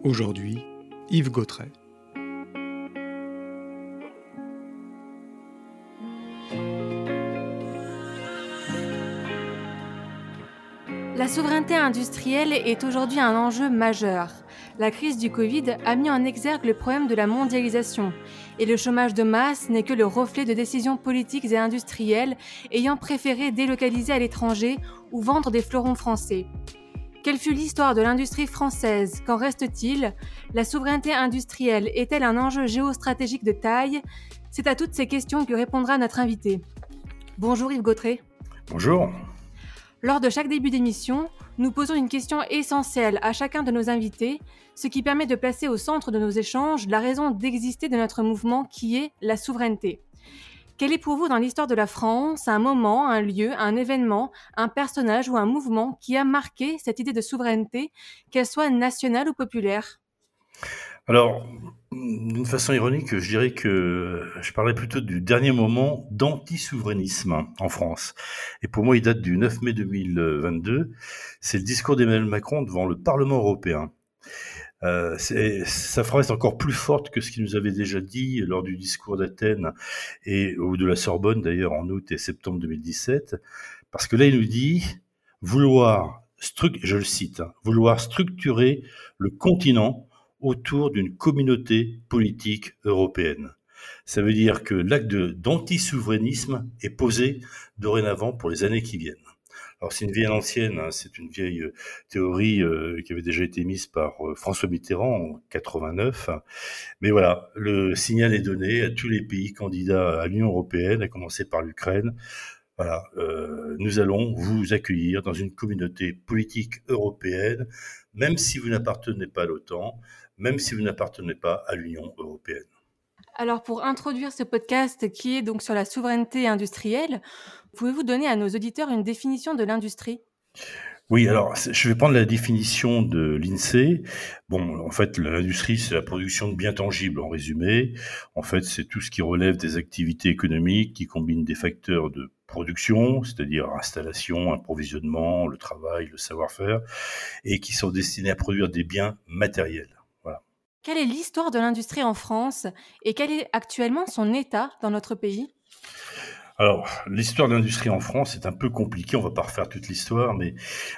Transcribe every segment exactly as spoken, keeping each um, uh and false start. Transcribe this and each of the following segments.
Aujourd'hui, Yves Gautret. La souveraineté industrielle est aujourd'hui un enjeu majeur. La crise du Covid a mis en exergue le problème de la mondialisation. Et le chômage de masse n'est que le reflet de décisions politiques et industrielles ayant préféré délocaliser à l'étranger ou vendre des fleurons français. Quelle fut l'histoire de l'industrie française? Qu'en reste-t-il? La souveraineté industrielle est-elle un enjeu géostratégique de taille? C'est à toutes ces questions que répondra notre invité. Bonjour Yves Gautret. Bonjour. Lors de chaque début d'émission, nous posons une question essentielle à chacun de nos invités, ce qui permet de placer au centre de nos échanges la raison d'exister de notre mouvement qui est la souveraineté. Quel est pour vous dans l'histoire de la France un moment, un lieu, un événement, un personnage ou un mouvement qui a marqué cette idée de souveraineté, qu'elle soit nationale ou populaire ? Alors, d'une façon ironique, je dirais que je parlais plutôt du dernier moment d'anti-souverainisme en France. Et pour moi, il date du neuf mai deux mille vingt-deux. C'est le discours d'Emmanuel Macron devant le Parlement européen. Euh, c'est, sa phrase est encore plus forte que ce qu'il nous avait déjà dit lors du discours d'Athènes et ou de la Sorbonne d'ailleurs en août et septembre deux mille dix-sept, parce que là il nous dit vouloir, stru- je le cite, hein, vouloir structurer le continent autour d'une communauté politique européenne. Ça veut dire que l'acte de, d'anti-souverainisme est posé dorénavant pour les années qui viennent. Alors c'est une vieille ancienne, hein, c'est une vieille euh, théorie euh, qui avait déjà été mise par euh, François Mitterrand en quatre-vingt-neuf. Mais voilà, le signal est donné à tous les pays candidats à l'Union européenne, à commencer par l'Ukraine. Voilà, euh, nous allons vous accueillir dans une communauté politique européenne, même si vous n'appartenez pas à l'OTAN, même si vous n'appartenez pas à l'Union européenne. Alors pour introduire ce podcast qui est donc sur la souveraineté industrielle, pouvez-vous donner à nos auditeurs une définition de l'industrie ? Oui, alors je vais prendre la définition de l'INSEE. Bon, en fait, l'industrie, c'est la production de biens tangibles, en résumé. En fait, c'est tout ce qui relève des activités économiques qui combinent des facteurs de production, c'est-à-dire installation, approvisionnement, le travail, le savoir-faire, et qui sont destinés à produire des biens matériels. Voilà. Quelle est l'histoire de l'industrie en France et quel est actuellement son état dans notre pays ? Alors, l'histoire de l'industrie en France est un peu compliquée, on va pas refaire toute l'histoire, mais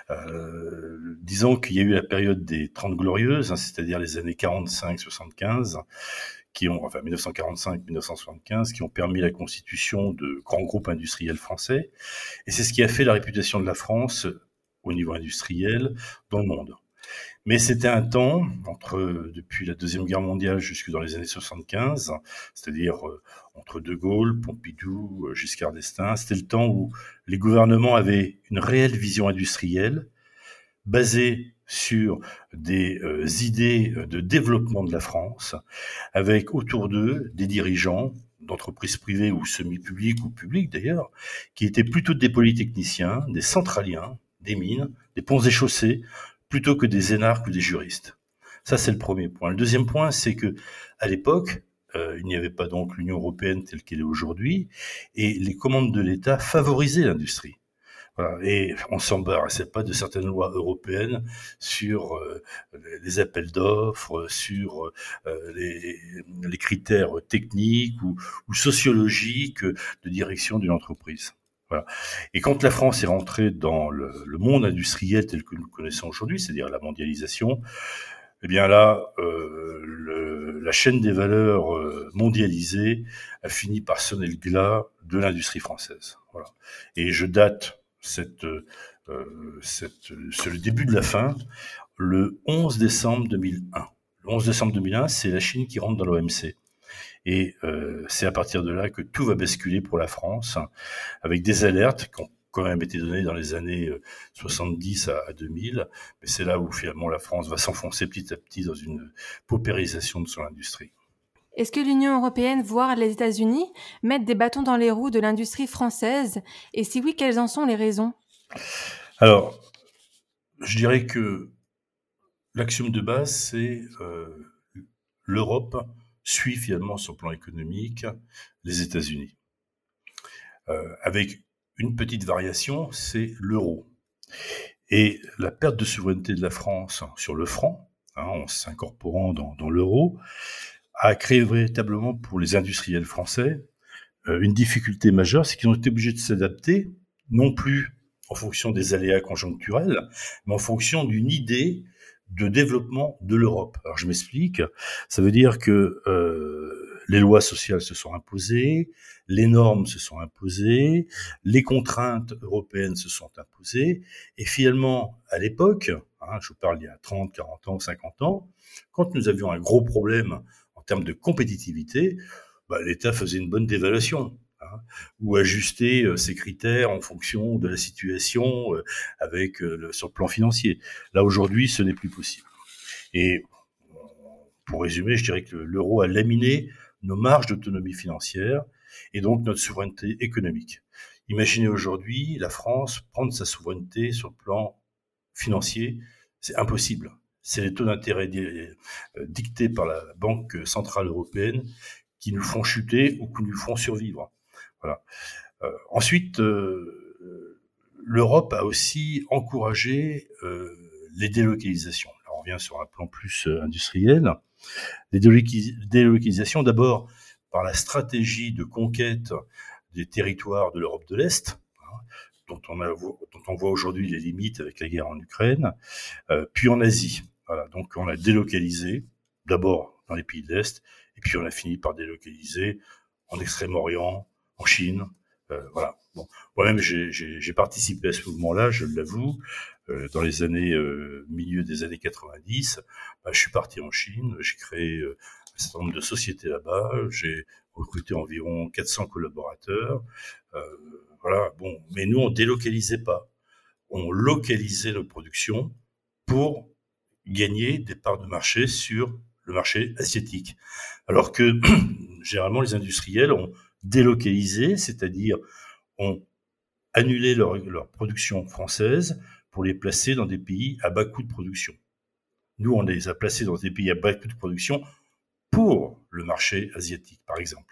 euh, disons qu'il y a eu la période des Trente Glorieuses, hein, c'est-à-dire les années quarante-cinq soixante-quinze, qui ont, enfin dix-neuf cent quarante-cinq dix-neuf cent soixante-quinze, qui ont permis la constitution de grands groupes industriels français, et c'est ce qui a fait la réputation de la France au niveau industriel dans le monde. Mais c'était un temps, entre depuis la Deuxième Guerre mondiale jusque dans les années soixante-quinze, c'est-à-dire euh, entre De Gaulle, Pompidou, euh, Giscard d'Estaing, c'était le temps où les gouvernements avaient une réelle vision industrielle, basée sur des euh, idées de développement de la France, avec autour d'eux des dirigeants d'entreprises privées ou semi-publiques ou publiques d'ailleurs, qui étaient plutôt des polytechniciens, des centraliens, des mines, des ponts et chaussées, plutôt que des énarques ou des juristes. Ça, c'est le premier point. Le deuxième point, c'est que à l'époque, euh, il n'y avait pas donc l'Union européenne telle qu'elle est aujourd'hui, et les commandes de l'État favorisaient l'industrie. Voilà. Et on ne s'embarrassait pas de certaines lois européennes sur euh, les appels d'offres, sur euh, les, les critères techniques ou, ou sociologiques de direction d'une entreprise. Voilà. Et quand la France est rentrée dans le, le monde industriel tel que nous le connaissons aujourd'hui, c'est-à-dire la mondialisation, eh bien là, euh, le, la chaîne des valeurs euh, mondialisée a fini par sonner le glas de l'industrie française. Voilà. Et je date cette, euh, cette, c'est le début de la fin, le onze décembre deux mille un. Le onze décembre deux mille un, c'est la Chine qui rentre dans l'O M C. Et euh, c'est à partir de là que tout va basculer pour la France, avec des alertes qui ont quand même été données dans les années soixante-dix à deux mille, mais c'est là où finalement la France va s'enfoncer petit à petit dans une paupérisation de son industrie. Est-ce que l'Union européenne, voire les États-Unis, mettent des bâtons dans les roues de l'industrie française ? Et si oui, quelles en sont les raisons ? Alors, je dirais que l'axiome de base, c'est euh, l'Europe suit finalement sur le plan économique les États-Unis. Euh, avec une petite variation, c'est l'euro. Et la perte de souveraineté de la France sur le franc hein, en s'incorporant dans, dans l'euro, a créé véritablement pour les industriels français euh, une difficulté majeure, c'est qu'ils ont été obligés de s'adapter, non plus en fonction des aléas conjoncturels, mais en fonction d'une idée de développement de l'Europe. Alors je m'explique, ça veut dire que euh, les lois sociales se sont imposées, les normes se sont imposées, les contraintes européennes se sont imposées, et finalement, à l'époque, hein, je vous parle il y a trente, quarante ans, cinquante ans, quand nous avions un gros problème en termes de compétitivité, bah, l'État faisait une bonne dévaluation, hein, ou ajuster euh, ses critères en fonction de la situation euh, avec euh, le, sur le plan financier. Là, aujourd'hui, ce n'est plus possible. Et pour résumer, je dirais que l'euro a laminé nos marges d'autonomie financière et donc notre souveraineté économique. Imaginez aujourd'hui la France prendre sa souveraineté sur le plan financier, c'est impossible. C'est les taux d'intérêt dictés par la Banque centrale européenne qui nous font chuter ou qui nous font survivre. Voilà. Euh, ensuite, euh, l'Europe a aussi encouragé euh, les délocalisations. Là, on revient sur un plan plus euh, industriel. Les délocalisations, d'abord par la stratégie de conquête des territoires de l'Europe de l'Est, hein, dont, on a, dont on voit aujourd'hui les limites avec la guerre en Ukraine, euh, puis en Asie. Voilà, donc on a délocalisé, d'abord dans les pays de l'Est, et puis on a fini par délocaliser en Extrême-Orient, en Chine, euh, voilà. Bon, moi-même, j'ai, j'ai, j'ai participé à ce mouvement-là, je l'avoue, euh, dans les années, euh, milieu des années quatre-vingt-dix. Bah, je suis parti en Chine, j'ai créé euh, un certain nombre de sociétés là-bas, j'ai recruté environ quatre cents collaborateurs, euh, voilà. Bon, mais nous, on délocalisait pas, on localisait nos productions pour gagner des parts de marché sur le marché asiatique. Alors que, généralement, les industriels ont délocalisé, c'est-à-dire ont annulé leur, leur production française pour les placer dans des pays à bas coût de production. Nous, on les a placés dans des pays à bas coût de production pour le marché asiatique, par exemple.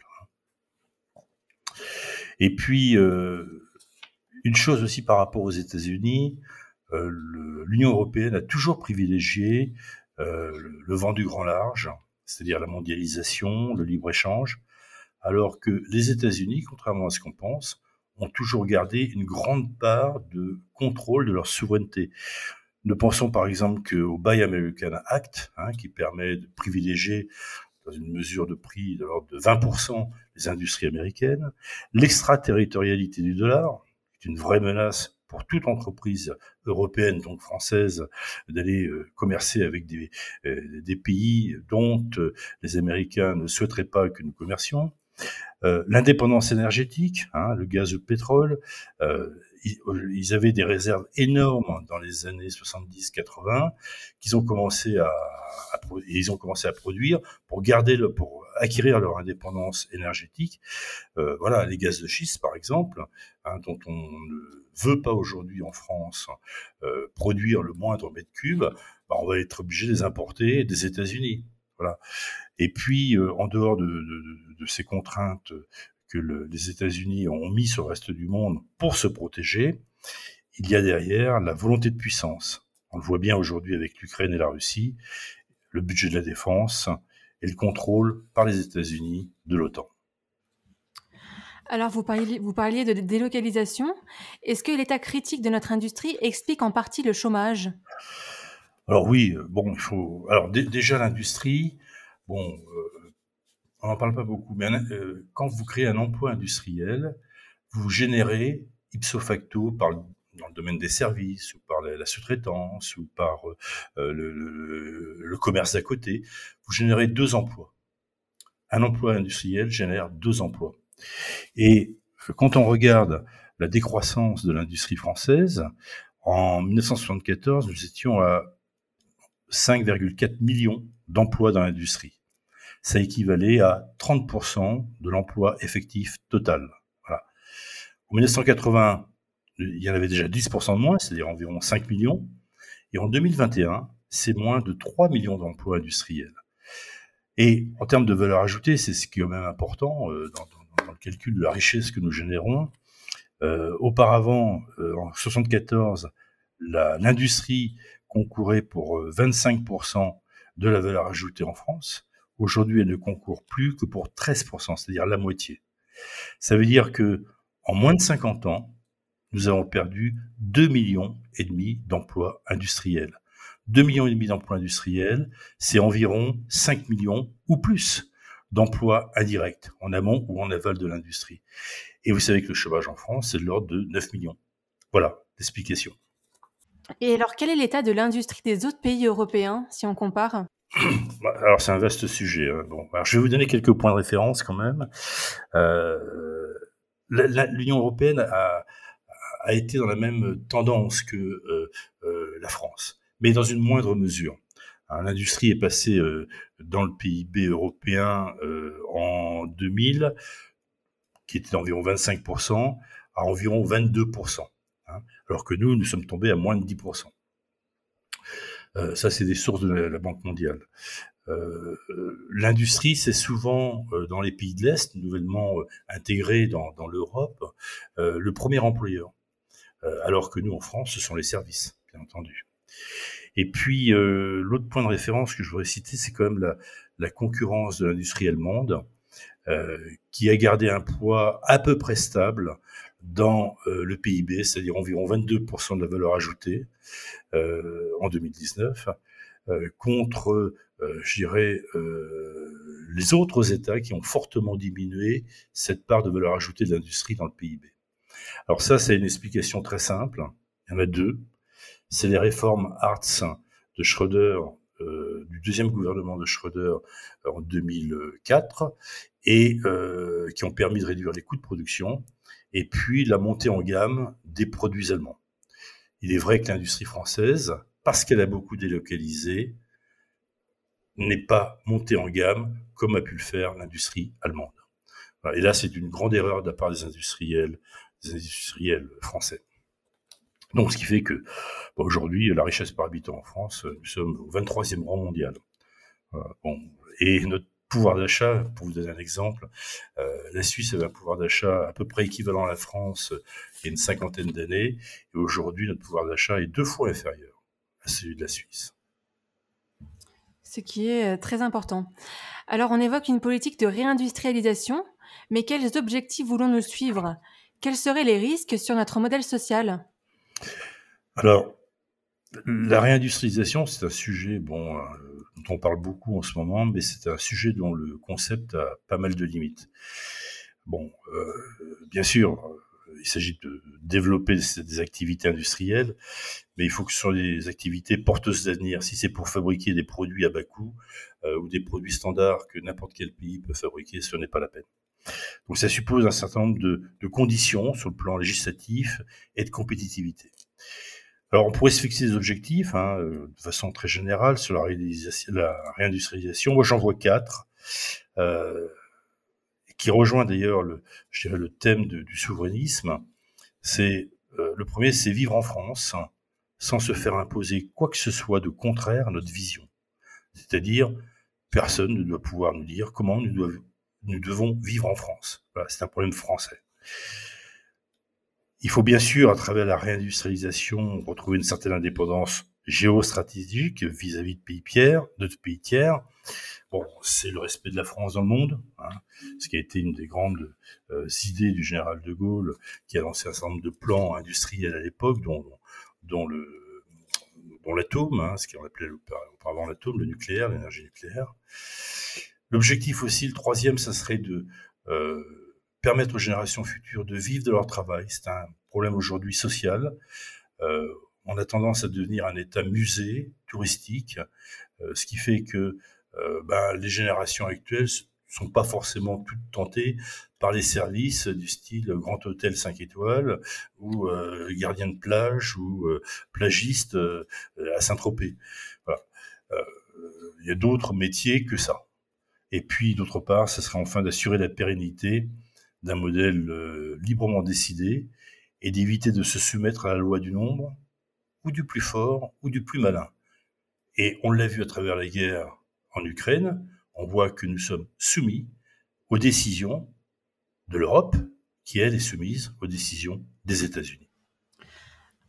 Et puis, euh, une chose aussi par rapport aux États-Unis, euh, le, l'Union européenne a toujours privilégié euh, le, le vent du grand large, c'est-à-dire la mondialisation, le libre-échange, alors que les États-Unis, contrairement à ce qu'on pense, ont toujours gardé une grande part de contrôle de leur souveraineté. Nous pensons par exemple qu'au Buy American Act, hein, qui permet de privilégier dans une mesure de prix de l'ordre de vingt pour cent les industries américaines, l'extraterritorialité du dollar, qui est une vraie menace pour toute entreprise européenne, donc française, d'aller euh, commercer avec des, euh, des pays dont euh, les Américains ne souhaiteraient pas que nous commercions. Euh, l'indépendance énergétique, hein, le gaz ou le pétrole, euh, ils, ils avaient des réserves énormes dans les années soixante-dix quatre-vingts qu'ils ont commencé à, à ils ont commencé à produire pour garder le, pour acquérir leur indépendance énergétique. Euh, voilà, les gaz de schiste par exemple, hein, dont on ne veut pas aujourd'hui en France euh, produire le moindre mètre cube, bah, on va être obligé de les importer des États-Unis. Voilà. Et puis, euh, en dehors de, de, de ces contraintes que le, les États-Unis ont mis sur le reste du monde pour se protéger, il y a derrière la volonté de puissance. On le voit bien aujourd'hui avec l'Ukraine et la Russie, le budget de la défense et le contrôle par les États-Unis de l'OTAN. Alors, vous parliez, vous parliez de délocalisation. Est-ce que l'état critique de notre industrie explique en partie le chômage ? Alors oui, bon, il faut. Alors d- déjà l'industrie, bon, euh, on n'en parle pas beaucoup, mais euh, quand vous créez un emploi industriel, vous générez ipso facto par le, dans le domaine des services ou par la, la sous-traitance ou par euh, le, le, le commerce d'à côté, vous générez deux emplois. Un emploi industriel génère deux emplois. Et quand on regarde la décroissance de l'industrie française, en dix-neuf cent soixante-quatorze, nous étions à cinq virgule quatre millions d'emplois dans l'industrie. Ça équivalait à trente pour cent de l'emploi effectif total. Voilà. En dix-neuf cent quatre-vingts, il y en avait déjà dix pour cent de moins, c'est-à-dire environ cinq millions. Et en deux mille vingt et un, c'est moins de trois millions d'emplois industriels. Et en termes de valeur ajoutée, c'est ce qui est quand même important euh, dans, dans, dans le calcul de la richesse que nous générons. Euh, auparavant, euh, en soixante-quatorze, la, l'industrie concourait pour vingt-cinq pour cent de la valeur ajoutée en France. Aujourd'hui, elle ne concourt plus que pour treize pour cent, c'est-à-dire la moitié. Ça veut dire que en moins de cinquante ans, nous avons perdu deux millions et demi d'emplois industriels. deux millions et demi d'emplois industriels, c'est environ cinq millions ou plus d'emplois indirects, en amont ou en aval de l'industrie. Et vous savez que le chômage en France, c'est de l'ordre de neuf millions. Voilà l'explication. Et alors, quel est l'état de l'industrie des autres pays européens, si on compare ? Alors, c'est un vaste sujet. Hein. Bon, alors, je vais vous donner quelques points de référence quand même. Euh, la, la, L'Union européenne a, a été dans la même tendance que euh, euh, la France, mais dans une moindre mesure. Hein, l'industrie est passée euh, dans le P I B européen euh, en deux mille, qui était d'environ vingt-cinq pour cent, à environ vingt-deux pour cent. Hein, alors que nous, nous sommes tombés à moins de dix pour cent. Euh, ça, c'est des sources de la, la Banque mondiale. Euh, l'industrie, c'est souvent, euh, dans les pays de l'Est, nouvellement euh, intégrés dans, dans l'Europe, euh, le premier employeur. Euh, alors que nous, en France, ce sont les services, bien entendu. Et puis, euh, l'autre point de référence que je voudrais citer, c'est quand même la, la concurrence de l'industrie allemande, euh, qui a gardé un poids à peu près stable dans euh, le P I B, c'est-à-dire environ vingt-deux pour cent de la valeur ajoutée euh, en deux mille dix-neuf, euh, contre, euh, je dirais, euh, les autres États qui ont fortement diminué cette part de valeur ajoutée de l'industrie dans le P I B. Alors ça, c'est une explication très simple. Il y en a deux. C'est les réformes Hartz de Schröder, euh, du deuxième gouvernement de Schröder en deux mille quatre, et euh, qui ont permis de réduire les coûts de production, et puis la montée en gamme des produits allemands. Il est vrai que l'industrie française, parce qu'elle a beaucoup délocalisé, n'est pas montée en gamme comme a pu le faire l'industrie allemande. Et là, c'est une grande erreur de la part des industriels, des industriels français. Donc, ce qui fait que, bon, aujourd'hui, la richesse par habitant en France, nous sommes au vingt-troisième rang mondial. Euh, bon, et notre pouvoir d'achat, pour vous donner un exemple, euh, la Suisse avait un pouvoir d'achat à peu près équivalent à la France il y a une cinquantaine d'années, et aujourd'hui, notre pouvoir d'achat est deux fois inférieur à celui de la Suisse. Ce qui est très important. Alors, on évoque une politique de réindustrialisation, mais quels objectifs voulons-nous suivre ? Quels seraient les risques sur notre modèle social ? Alors, la réindustrialisation, c'est un sujet bon, euh, dont on parle beaucoup en ce moment, mais c'est un sujet dont le concept a pas mal de limites. Bon, euh, bien sûr, il s'agit de développer des, des activités industrielles, mais il faut que ce soit des activités porteuses d'avenir. Si c'est pour fabriquer des produits à bas coût euh, ou des produits standards que n'importe quel pays peut fabriquer, ce n'est pas la peine. Donc ça suppose un certain nombre de, de conditions sur le plan législatif et de compétitivité. Alors on pourrait se fixer des objectifs hein, de façon très générale sur la, réalisation, la réindustrialisation. Moi j'en vois quatre, euh, qui rejoint d'ailleurs le, je dirais le thème de, du souverainisme. C'est euh, le premier, c'est vivre en France sans se faire imposer quoi que ce soit de contraire à notre vision. C'est-à-dire personne ne doit pouvoir nous dire comment nous devons Nous devons vivre en France. Voilà, c'est un problème français. Il faut bien sûr, à travers la réindustrialisation, retrouver une certaine indépendance géostratégique vis-à-vis de pays tiers, de pays tiers. Bon, c'est le respect de la France dans le monde, hein, ce qui a été une des grandes euh, idées du général de Gaulle, qui a lancé un certain nombre de plans industriels à l'époque, dont, dont le dont l'atome, hein, ce qu'on appelait auparavant l'atome, le nucléaire, l'énergie nucléaire. L'objectif aussi, le troisième, ça serait de euh, permettre aux générations futures de vivre de leur travail. C'est un problème aujourd'hui social. Euh, on a tendance à devenir un État musée touristique, euh, ce qui fait que euh, ben, les générations actuelles sont pas forcément toutes tentées par les services du style grand hôtel cinq étoiles ou euh, gardien de plage ou euh, plagiste euh, à Saint-Tropez. Voilà. Euh, il y a d'autres métiers que ça. Et puis, d'autre part, ce serait enfin d'assurer la pérennité d'un modèle euh, librement décidé et d'éviter de se soumettre à la loi du nombre, ou du plus fort, ou du plus malin. Et on l'a vu à travers la guerre en Ukraine, on voit que nous sommes soumis aux décisions de l'Europe, qui, elle, est soumise aux décisions des États-Unis.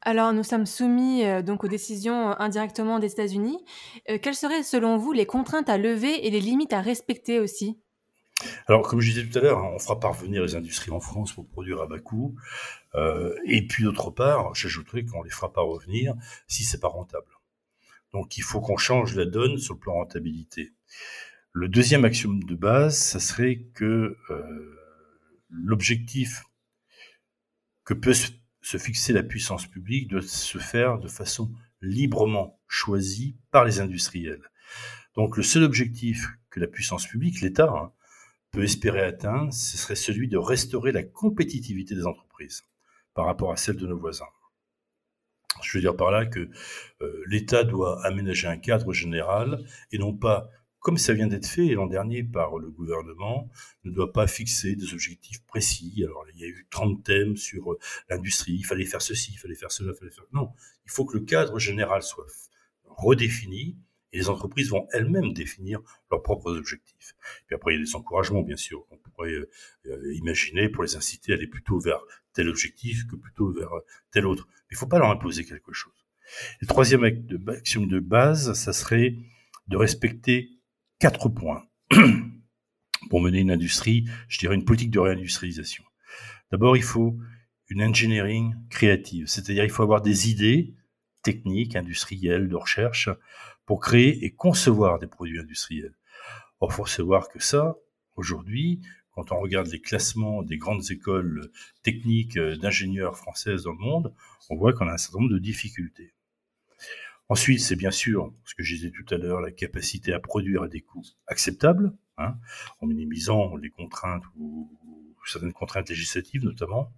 Alors, nous sommes soumis euh, donc aux décisions euh, indirectement des États-Unis. Euh, quelles seraient, selon vous, les contraintes à lever et les limites à respecter aussi? Alors, comme je disais tout à l'heure, hein, on fera parvenir les industries en France pour produire à bas coût. Euh, et puis, d'autre part, j'ajouterais qu'on les fera pas revenir si c'est pas rentable. Donc, il faut qu'on change la donne sur le plan rentabilité. Le deuxième axiome de base, ça serait que euh, l'objectif que peut se fixer la puissance publique doit se faire de façon librement choisie par les industriels. Donc le seul objectif que la puissance publique, l'État, hein, peut espérer atteindre, ce serait celui de restaurer la compétitivité des entreprises par rapport à celle de nos voisins. Je veux dire par là que euh, l'État doit aménager un cadre général et non pas, comme ça vient d'être fait l'an dernier par le gouvernement, ne doit pas fixer des objectifs précis. Alors, il y a eu trente thèmes sur euh, l'industrie, il fallait faire ceci, il fallait faire cela, il fallait faire... Non, il faut que le cadre général soit redéfini et les entreprises vont elles-mêmes définir leurs propres objectifs. Puis après, il y a des encouragements, bien sûr, qu'on pourrait euh, imaginer pour les inciter à aller plutôt vers tel objectif que plutôt vers tel autre. Mais il ne faut pas leur imposer quelque chose. Le troisième axiome de base, ça serait de respecter quatre points pour mener une industrie, je dirais une politique de réindustrialisation. D'abord, il faut une engineering créative, c'est-à-dire il faut avoir des idées techniques, industrielles, de recherche, pour créer et concevoir des produits industriels. Or, il faut savoir que ça, aujourd'hui, quand on regarde les classements des grandes écoles techniques d'ingénieurs françaises dans le monde, on voit qu'on a un certain nombre de difficultés. Ensuite, c'est bien sûr, ce que je disais tout à l'heure, la capacité à produire à des coûts acceptables, hein, en minimisant les contraintes ou, ou certaines contraintes législatives notamment.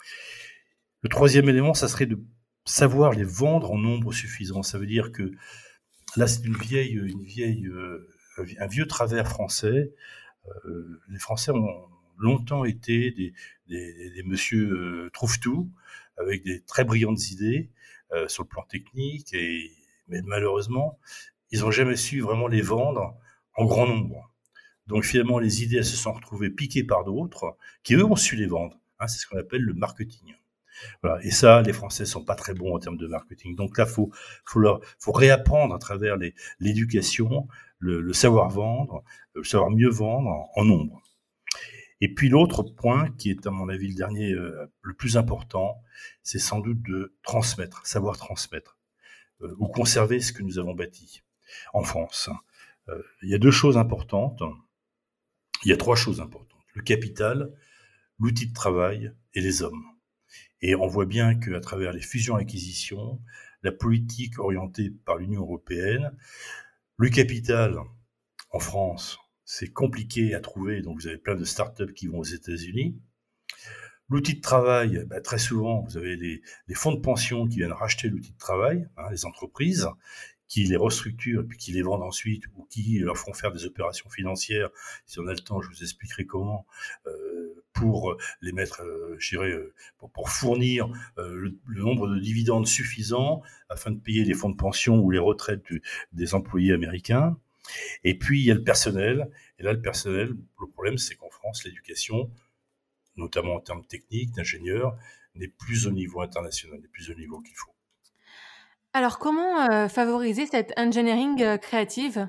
Le troisième élément, ça serait de savoir les vendre en nombre suffisant. Ça veut dire que là, c'est une vieille, une vieille, euh, un vieux travers français. Euh, les Français ont longtemps été des, des, des monsieur euh, trouve-tout, avec des très brillantes idées euh, sur le plan technique, et, mais malheureusement, ils n'ont jamais su vraiment les vendre en grand nombre. Donc finalement, les idées, elles se sont retrouvées piquées par d'autres, qui eux ont su les vendre. Hein, c'est ce qu'on appelle le marketing. Voilà. Et ça, les Français sont pas très bons en termes de marketing. Donc là, faut, faut leur, faut réapprendre à travers les, l'éducation, le, le savoir vendre, le savoir mieux vendre en, en nombre. Et puis l'autre point, qui est à mon avis le dernier, euh, le plus important, c'est sans doute de transmettre, savoir transmettre, euh, ou conserver ce que nous avons bâti en France. Euh, il y a deux choses importantes. Il y a trois choses importantes. Le capital, l'outil de travail et les hommes. Et on voit bien qu'à travers les fusions-acquisitions, la politique orientée par l'Union européenne, le capital en France, c'est compliqué à trouver, donc vous avez plein de startups qui vont aux États-Unis. L'outil de travail, bah, très souvent, vous avez les, les fonds de pension qui viennent racheter l'outil de travail, hein, les entreprises, qui les restructurent et puis qui les vendent ensuite ou qui leur font faire des opérations financières. Si on a le temps, je vous expliquerai comment, euh, pour les mettre, euh, je dirais, euh, pour, pour fournir euh, le, le nombre de dividendes suffisant afin de payer les fonds de pension ou les retraites du, des employés américains. Et puis, il y a le personnel. Et là, le personnel, le problème, c'est qu'en France, l'éducation, notamment en termes techniques, d'ingénieurs, n'est plus au niveau international, n'est plus au niveau qu'il faut. Alors, comment euh, favoriser cette engineering euh, créative?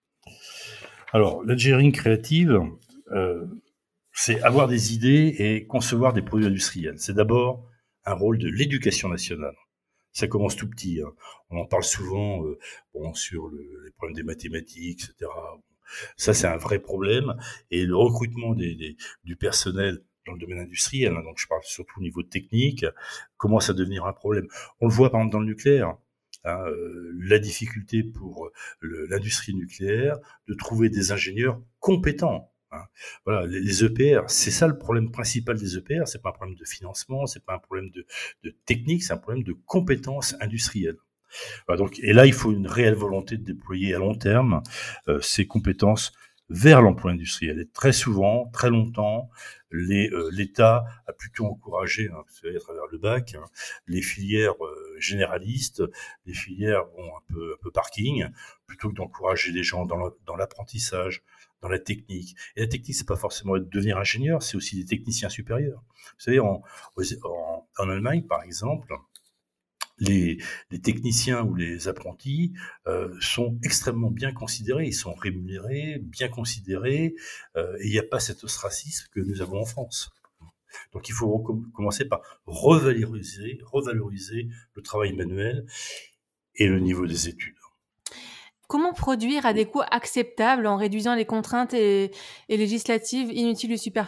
Alors, l'engineering créative, euh, c'est avoir des idées et concevoir des produits industriels. C'est d'abord un rôle de l'éducation nationale. Ça commence tout petit. Hein. On en parle souvent euh, bon, sur le, les problèmes des mathématiques, et cetera. Ça, c'est un vrai problème. Et le recrutement des, des, du personnel dans le domaine industriel, hein, donc je parle surtout au niveau technique, commence à devenir un problème. On le voit par exemple dans le nucléaire. Hein, euh, la difficulté pour le, l'industrie nucléaire de trouver des ingénieurs compétents. Hein. Voilà, les, les E P R, c'est ça le problème principal des E P R. C'est pas un problème de financement, c'est pas un problème de, de technique, c'est un problème de compétences industrielles. Voilà, donc, et là, il faut une réelle volonté de déployer à long terme euh, ces compétences vers l'emploi industriel. Et très souvent, très longtemps, les, euh, l'État a plutôt encouragé, hein, vous savez, à travers le bac, hein, les filières euh, généralistes, les filières bon, un peu, un peu parking, plutôt que d'encourager les gens dans, le, dans l'apprentissage, dans la technique. Et la technique, c'est pas forcément devenir ingénieur, c'est aussi des techniciens supérieurs. Vous savez, en, en, en Allemagne, par exemple, Les, les techniciens ou les apprentis euh, sont extrêmement bien considérés, ils sont rémunérés, bien considérés, euh, et il n'y a pas cet ostracisme que nous avons en France. Donc il faut recom- commencer par revaloriser, revaloriser le travail manuel et le niveau des études. Comment produire à des coûts acceptables en réduisant les contraintes et, et législatives inutiles ou superflues ?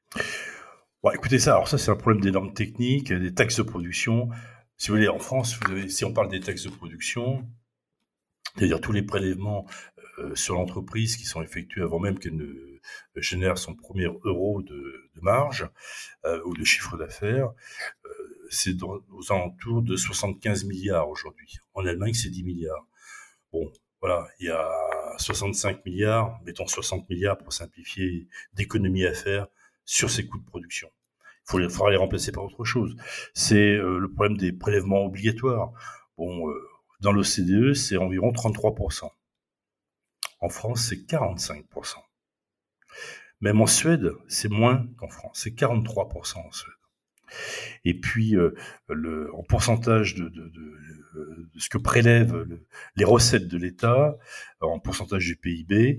Bon, écoutez ça, alors ça c'est un problème des normes techniques, des taxes de production. Si vous voulez, en France, vous avez, si on parle des taxes de production, c'est-à-dire tous les prélèvements euh, sur l'entreprise qui sont effectués avant même qu'elle ne génère son premier euro de, de marge euh, ou de chiffre d'affaires, euh, c'est dans, aux alentours de soixante-quinze milliards aujourd'hui. En Allemagne, c'est dix milliards. Bon, voilà, il y a soixante-cinq milliards, mettons soixante milliards pour simplifier, d'économies à faire sur ces coûts de production. Il faut les, faudra les remplacer par autre chose. C'est euh, le problème des prélèvements obligatoires. Bon, euh, dans l'O C D E, c'est environ trente-trois pour cent. En France, c'est quarante-cinq pour cent. Même en Suède, c'est moins qu'en France. C'est quarante-trois pour cent en Suède. Et puis, euh, le, en pourcentage de, de, de, de ce que prélèvent le, les recettes de l'État, en pourcentage du P I B,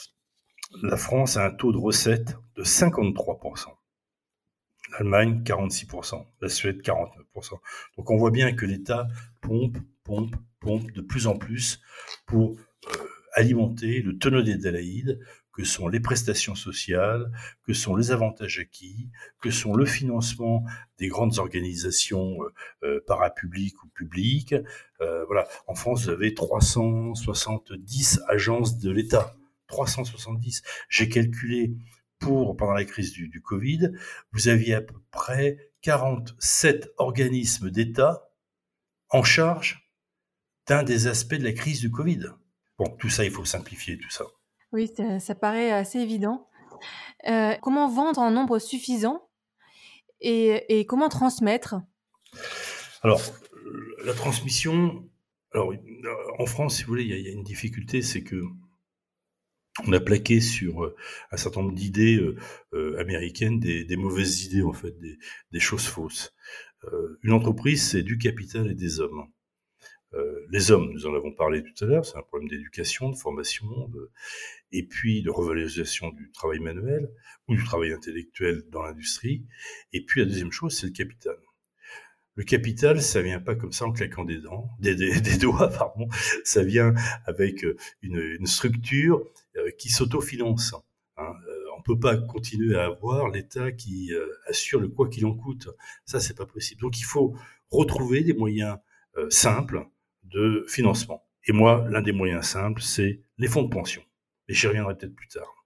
la France a un taux de recettes de cinquante-trois pour cent. L'Allemagne, quarante-six pour cent. La Suède, quarante-neuf pour cent. Donc on voit bien que l'État pompe, pompe, pompe de plus en plus pour euh, alimenter le tonneau des Danaïdes, que sont les prestations sociales, que sont les avantages acquis, que sont le financement des grandes organisations euh, parapubliques ou publiques. Euh, voilà. En France, vous avez trois cent soixante-dix agences de l'État. trois cent soixante-dix. J'ai calculé pour, pendant la crise du, du Covid, vous aviez à peu près quarante-sept organismes d'État en charge d'un des aspects de la crise du Covid. Bon, tout ça, il faut simplifier tout ça. Oui, ça, ça paraît assez évident. Euh, comment vendre en nombre suffisant et, et comment transmettre ? Alors, la transmission, alors, en France, si vous voulez, il y a, il y a une difficulté, c'est que on a plaqué sur un certain nombre d'idées euh, américaines des, des mauvaises idées, en fait, des, des choses fausses. Euh, une entreprise, c'est du capital et des hommes. Euh, les hommes, nous en avons parlé tout à l'heure, c'est un problème d'éducation, de formation, de, et puis de revalorisation du travail manuel ou du travail intellectuel dans l'industrie. Et puis la deuxième chose, c'est le capital. Le capital, ça vient pas comme ça en claquant des dents, des, des, des doigts, pardon. Ça vient avec une, une structure euh, qui s'autofinance. Hein. Euh, on peut pas continuer à avoir l'État qui euh, assure le quoi qu'il en coûte. Ça, c'est pas possible. Donc, il faut retrouver des moyens euh, simples de financement. Et moi, l'un des moyens simples, c'est les fonds de pension. Mais j'y reviendrai peut-être plus tard.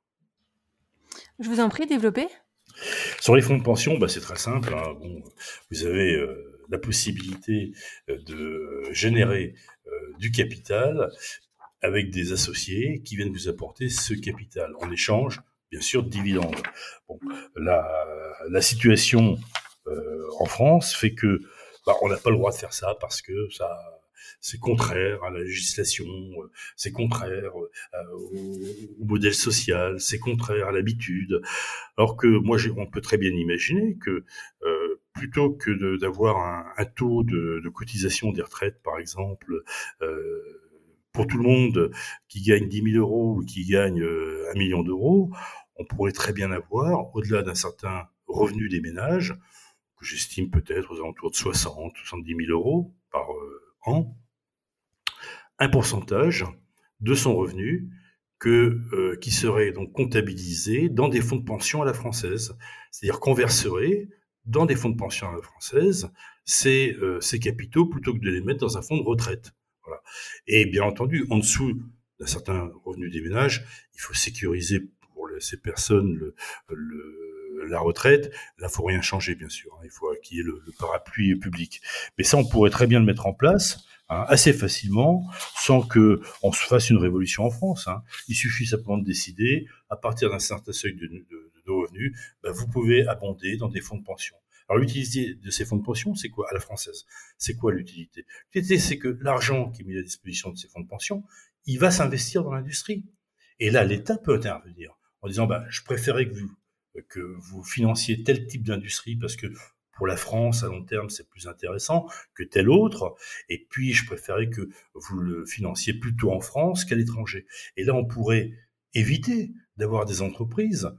Je vous en prie, développez. Sur les fonds de pension, bah, c'est très simple. Hein. Bon, vous avez euh, la possibilité de générer euh, du capital avec des associés qui viennent vous apporter ce capital en échange, bien sûr, de dividendes. Bon, la, la situation euh, en France fait que bah, on n'a pas le droit de faire ça parce que ça c'est contraire à la législation, c'est contraire euh, au, au modèle social, c'est contraire à l'habitude. Alors que moi, j'ai, on peut très bien imaginer que euh, plutôt que de, d'avoir un, un taux de, de cotisation des retraites, par exemple, euh, pour tout le monde qui gagne dix mille euros ou qui gagne euh, un million d'euros, on pourrait très bien avoir, au-delà d'un certain revenu des ménages, que j'estime peut-être aux alentours de soixante, soixante-dix mille euros par euh, an, un pourcentage de son revenu que, euh, qui serait donc comptabilisé dans des fonds de pension à la française. C'est-à-dire qu'on verserait dans des fonds de pension à la française ces, euh, ces capitaux plutôt que de les mettre dans un fonds de retraite. Voilà. Et bien entendu, en dessous d'un certain revenu des ménages, il faut sécuriser pour les, ces personnes le, le, la retraite. Là, il faut rien changer, bien sûr. Il faut qu'il y ait le, le parapluie public. Mais ça, on pourrait très bien le mettre en place, hein, assez facilement, sans que on se fasse une révolution en France. Hein. Il suffit simplement de décider, à partir d'un certain seuil de, de, de revenus, ben, vous pouvez abonder dans des fonds de pension. Alors l'utilité de ces fonds de pension, c'est quoi à la française? C'est quoi l'utilité? L'utilité, c'est que l'argent qui est mis à disposition de ces fonds de pension, il va s'investir dans l'industrie. Et là, l'État peut intervenir en disant, bah, je préférais que vous que vous financiez tel type d'industrie parce que pour la France, à long terme, c'est plus intéressant que tel autre. Et puis, je préférais que vous le financiez plutôt en France qu'à l'étranger. Et là, on pourrait éviter d'avoir des entreprises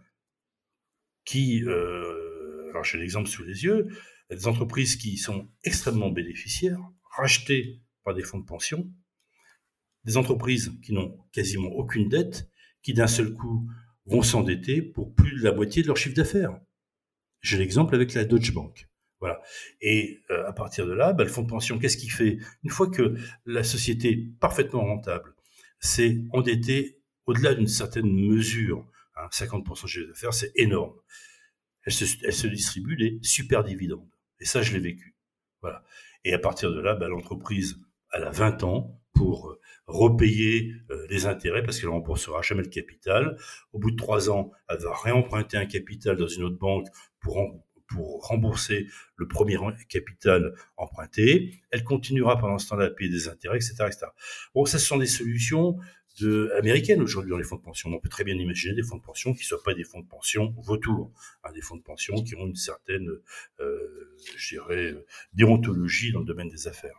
qui, euh, alors j'ai l'exemple sous les yeux, des entreprises qui sont extrêmement bénéficiaires, rachetées par des fonds de pension, des entreprises qui n'ont quasiment aucune dette, qui d'un seul coup vont s'endetter pour plus de la moitié de leur chiffre d'affaires. J'ai l'exemple avec la Deutsche Bank. Voilà. Et euh, à partir de là, bah, le fonds de pension, qu'est-ce qu'il fait? Une fois que la société est parfaitement rentable, c'est endettée au-delà d'une certaine mesure, hein, cinquante pour cent de chiffre d'affaires, c'est énorme. Elle se, elle se distribue des super dividendes. Et ça, je l'ai vécu. Voilà. Et à partir de là, bah, l'entreprise, elle a vingt ans pour repayer euh, les intérêts parce qu'elle ne remboursera jamais le capital. Au bout de trois ans, elle va réemprunter un capital dans une autre banque pour, en, pour rembourser le premier capital emprunté. Elle continuera pendant ce temps-là à payer des intérêts, et cetera, et cetera. Bon, ça, ce sont des solutions de, américaines aujourd'hui dans les fonds de pension. On peut très bien imaginer des fonds de pension qui ne soient pas des fonds de pension vautours, hein, des fonds de pension qui ont une certaine, euh, je dirais, déontologie dans le domaine des affaires.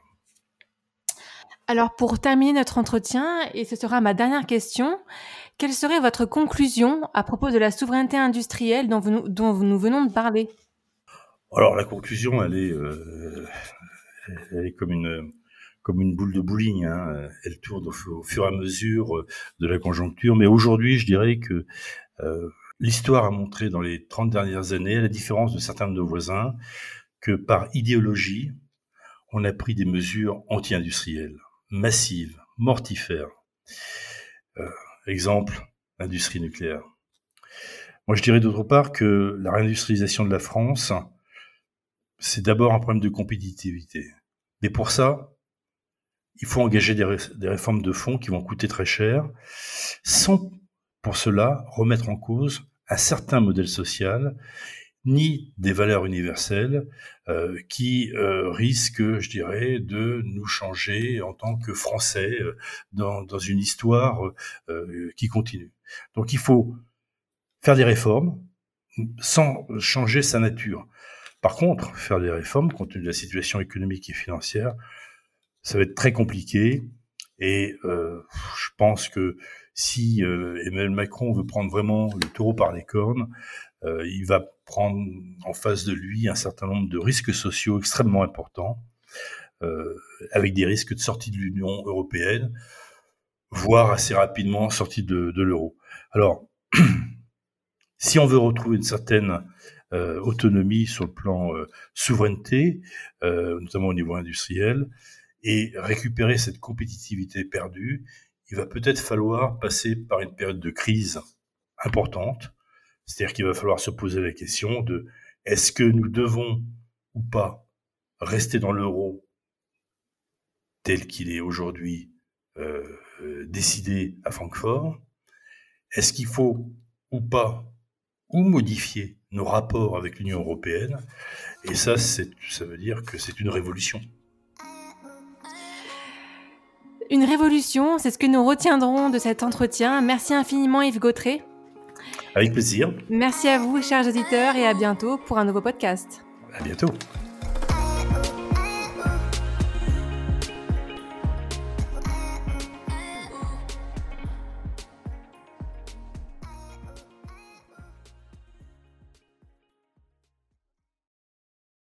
Alors pour terminer notre entretien, et ce sera ma dernière question, quelle serait votre conclusion à propos de la souveraineté industrielle dont, vous, dont nous venons de parler? Alors la conclusion, elle est, euh, elle est comme une, comme une boule de bowling, hein. Elle tourne au, au fur et à mesure de la conjoncture. Mais aujourd'hui, je dirais que euh, l'histoire a montré dans les trente dernières années, à la différence de certains de nos voisins, que par idéologie, on a pris des mesures anti-industrielles, massives, mortifères. Euh, exemple, l'industrie nucléaire. Moi, je dirais d'autre part que la réindustrialisation de la France, c'est d'abord un problème de compétitivité. Mais pour ça, il faut engager des, ré- des réformes de fond qui vont coûter très cher, sans pour cela remettre en cause un certain modèle social, ni des valeurs universelles euh, qui euh, risquent, je dirais, de nous changer en tant que Français euh, dans, dans une histoire euh, qui continue. Donc il faut faire des réformes sans changer sa nature. Par contre, faire des réformes, compte tenu de la situation économique et financière, ça va être très compliqué. Et euh, je pense que si euh, Emmanuel Macron veut prendre vraiment le taureau par les cornes, euh, il va prendre en face de lui un certain nombre de risques sociaux extrêmement importants, euh, avec des risques de sortie de l'Union européenne, voire assez rapidement sortie de, de l'euro. Alors, si on veut retrouver une certaine euh, autonomie sur le plan euh, souveraineté, euh, notamment au niveau industriel, et récupérer cette compétitivité perdue, il va peut-être falloir passer par une période de crise importante. C'est-à-dire qu'il va falloir se poser la question de est-ce que nous devons ou pas rester dans l'euro tel qu'il est aujourd'hui euh, euh, décidé à Francfort? Est-ce qu'il faut ou pas ou modifier nos rapports avec l'Union européenne? Et ça, c'est, ça veut dire que c'est une révolution. Une révolution, c'est ce que nous retiendrons de cet entretien. Merci infiniment Yves Gautret. Avec plaisir. Merci à vous, chers auditeurs, et à bientôt pour un nouveau podcast. À bientôt.